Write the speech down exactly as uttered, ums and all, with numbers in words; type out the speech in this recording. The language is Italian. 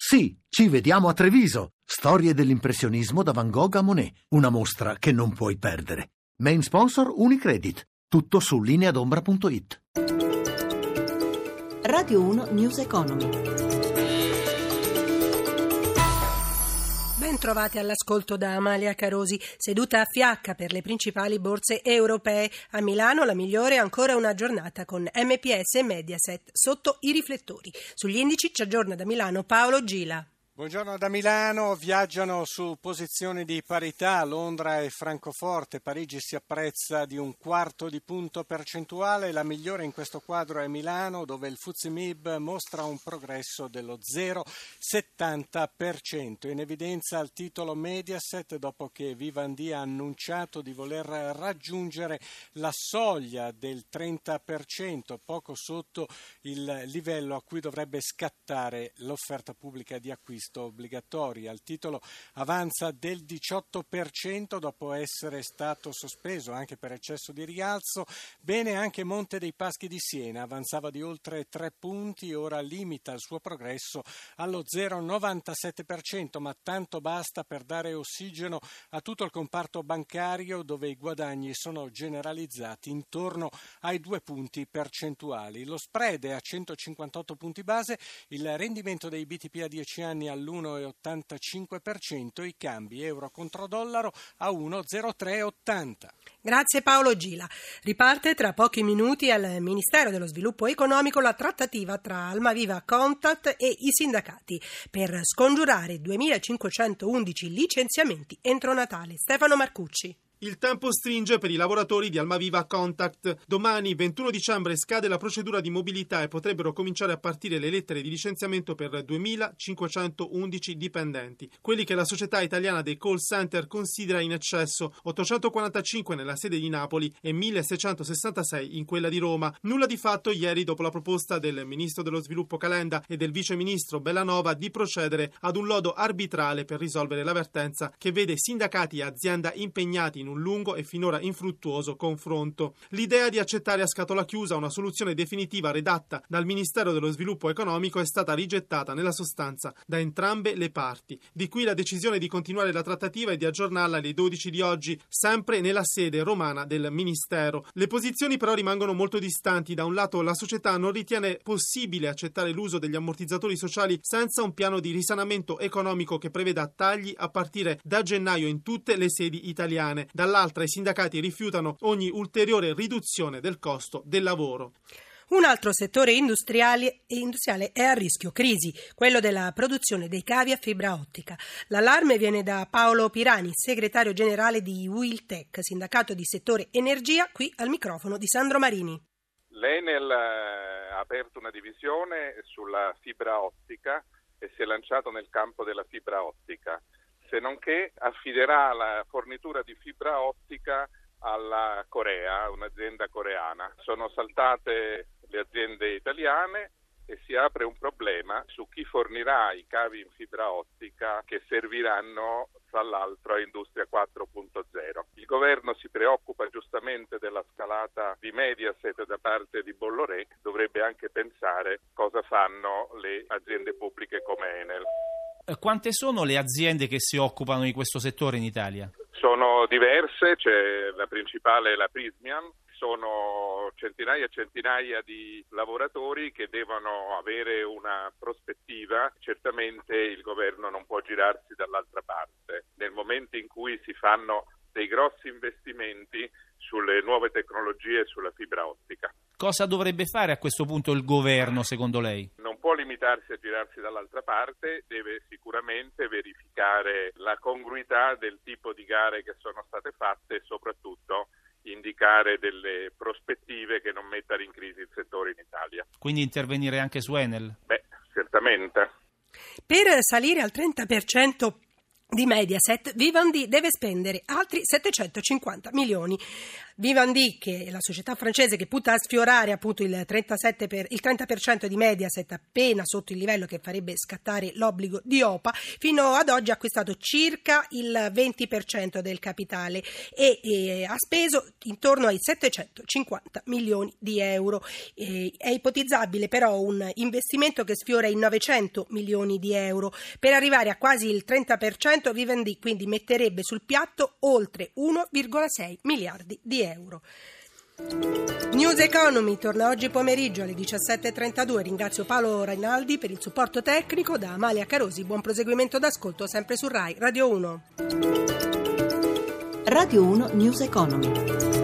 Sì, ci vediamo a Treviso. Storie dell'impressionismo da Van Gogh a Monet. Una mostra che non puoi perdere. Main sponsor Unicredit. Tutto su lineadombra punto it. Radio uno News Economy. Ben trovati all'ascolto da Amalia Carosi. Seduta a fiacca per le principali borse europee. A Milano la migliore è ancora una giornata con M P S e Mediaset sotto i riflettori. Sugli indici ci aggiorna da Milano Paolo Gila. Buongiorno da Milano, viaggiano su posizioni di parità Londra e Francoforte, Parigi si apprezza di un quarto di punto percentuale, la migliore in questo quadro è Milano dove il F T S E M I B mostra un progresso dello zero virgola settanta per cento. In evidenza il titolo Mediaset dopo che Vivendi ha annunciato di voler raggiungere la soglia del trenta per cento, poco sotto il livello a cui dovrebbe scattare l'offerta pubblica di acquisto obbligatoria. Il titolo avanza del diciotto per cento dopo essere stato sospeso anche per eccesso di rialzo. Bene anche Monte dei Paschi di Siena, avanzava di oltre tre punti, ora limita il suo progresso allo zero virgola novantasette per cento, ma tanto basta per dare ossigeno a tutto il comparto bancario dove i guadagni sono generalizzati intorno ai due punti percentuali. Lo spread è a centocinquantotto punti base, il rendimento dei B T P a dieci anni all'uno virgola ottantacinque per cento, i cambi euro contro dollaro a uno virgola zero tre ottanta. Grazie Paolo Gila. Riparte tra pochi minuti al Ministero dello Sviluppo Economico la trattativa tra Almaviva Contact e i sindacati per scongiurare duemilacinquecentoundici licenziamenti entro Natale. Stefano Marcucci. Il tempo stringe per i lavoratori di Almaviva Contact. Domani, ventuno dicembre, scade la procedura di mobilità e potrebbero cominciare a partire le lettere di licenziamento per duemilacinquecentoundici dipendenti, quelli che la società italiana dei call center considera in eccesso, ottocentoquarantacinque nella sede di Napoli e milleseicentosessantasei in quella di Roma. Nulla di fatto ieri dopo la proposta del ministro dello sviluppo Calenda e del vice ministro Bellanova di procedere ad un lodo arbitrale per risolvere la vertenza che vede sindacati e azienda impegnati in un lungo e finora infruttuoso confronto. L'idea di accettare a scatola chiusa una soluzione definitiva redatta dal Ministero dello Sviluppo Economico è stata rigettata nella sostanza da entrambe le parti. Di qui la decisione di continuare la trattativa e di aggiornarla alle dodici di oggi, sempre nella sede romana del Ministero. Le posizioni però rimangono molto distanti. Da un lato la società non ritiene possibile accettare l'uso degli ammortizzatori sociali senza un piano di risanamento economico che preveda tagli a partire da gennaio in tutte le sedi italiane. Dall'altra i sindacati rifiutano ogni ulteriore riduzione del costo del lavoro. Un altro settore industriale, industriale è a rischio crisi, quello della produzione dei cavi a fibra ottica. L'allarme viene da Paolo Pirani, segretario generale di Wiltec, sindacato di settore energia, qui al microfono di Sandro Marini. L'Enel ha aperto una divisione sulla fibra ottica e si è lanciato nel campo della fibra ottica. Se non che affiderà la fornitura di fibra ottica alla Corea, un'azienda coreana. Sono saltate le aziende italiane e si apre un problema su chi fornirà i cavi in fibra ottica che serviranno tra l'altro a Industria quattro punto zero. Il governo si preoccupa giustamente della scalata di Mediaset da parte di Bolloré, dovrebbe anche pensare cosa fanno le aziende pubbliche come Enel. Quante sono le aziende che si occupano di questo settore in Italia? Sono diverse, c'è la principale, la Prysmian, sono centinaia e centinaia di lavoratori che devono avere una prospettiva. Certamente il governo non può girarsi dall'altra parte. Nel momento in cui si fanno dei grossi investimenti sulle nuove tecnologie e sulla fibra ottica. Cosa dovrebbe fare a questo punto il governo, secondo lei? Non può limitarsi a girarsi dall'altra parte, deve sicuramente verificare la congruità del tipo di gare che sono state fatte e soprattutto indicare delle prospettive che non mettano in crisi il settore in Italia. Quindi intervenire anche su Enel? Beh, certamente. Per salire al trenta per cento di Mediaset, Vivendi deve spendere altri settecentocinquanta milioni. Vivendi, che è la società francese che punta a sfiorare appunto il trentasette per, il trenta per cento di Mediaset, appena sotto il livello che farebbe scattare l'obbligo di O P A, fino ad oggi ha acquistato circa il venti per cento del capitale e, e ha speso intorno ai settecentocinquanta milioni di euro. E, è ipotizzabile però un investimento che sfiora i novecento milioni di euro. Per arrivare a quasi il trenta per cento, Vivendi quindi metterebbe sul piatto oltre uno virgola sei miliardi di euro. euro. News Economy torna oggi pomeriggio alle diciassette e trentadue. Ringrazio Paolo Rainaldi per il supporto tecnico. Da Amalia Carosi, buon proseguimento d'ascolto sempre su Rai Radio uno. Radio uno News Economy.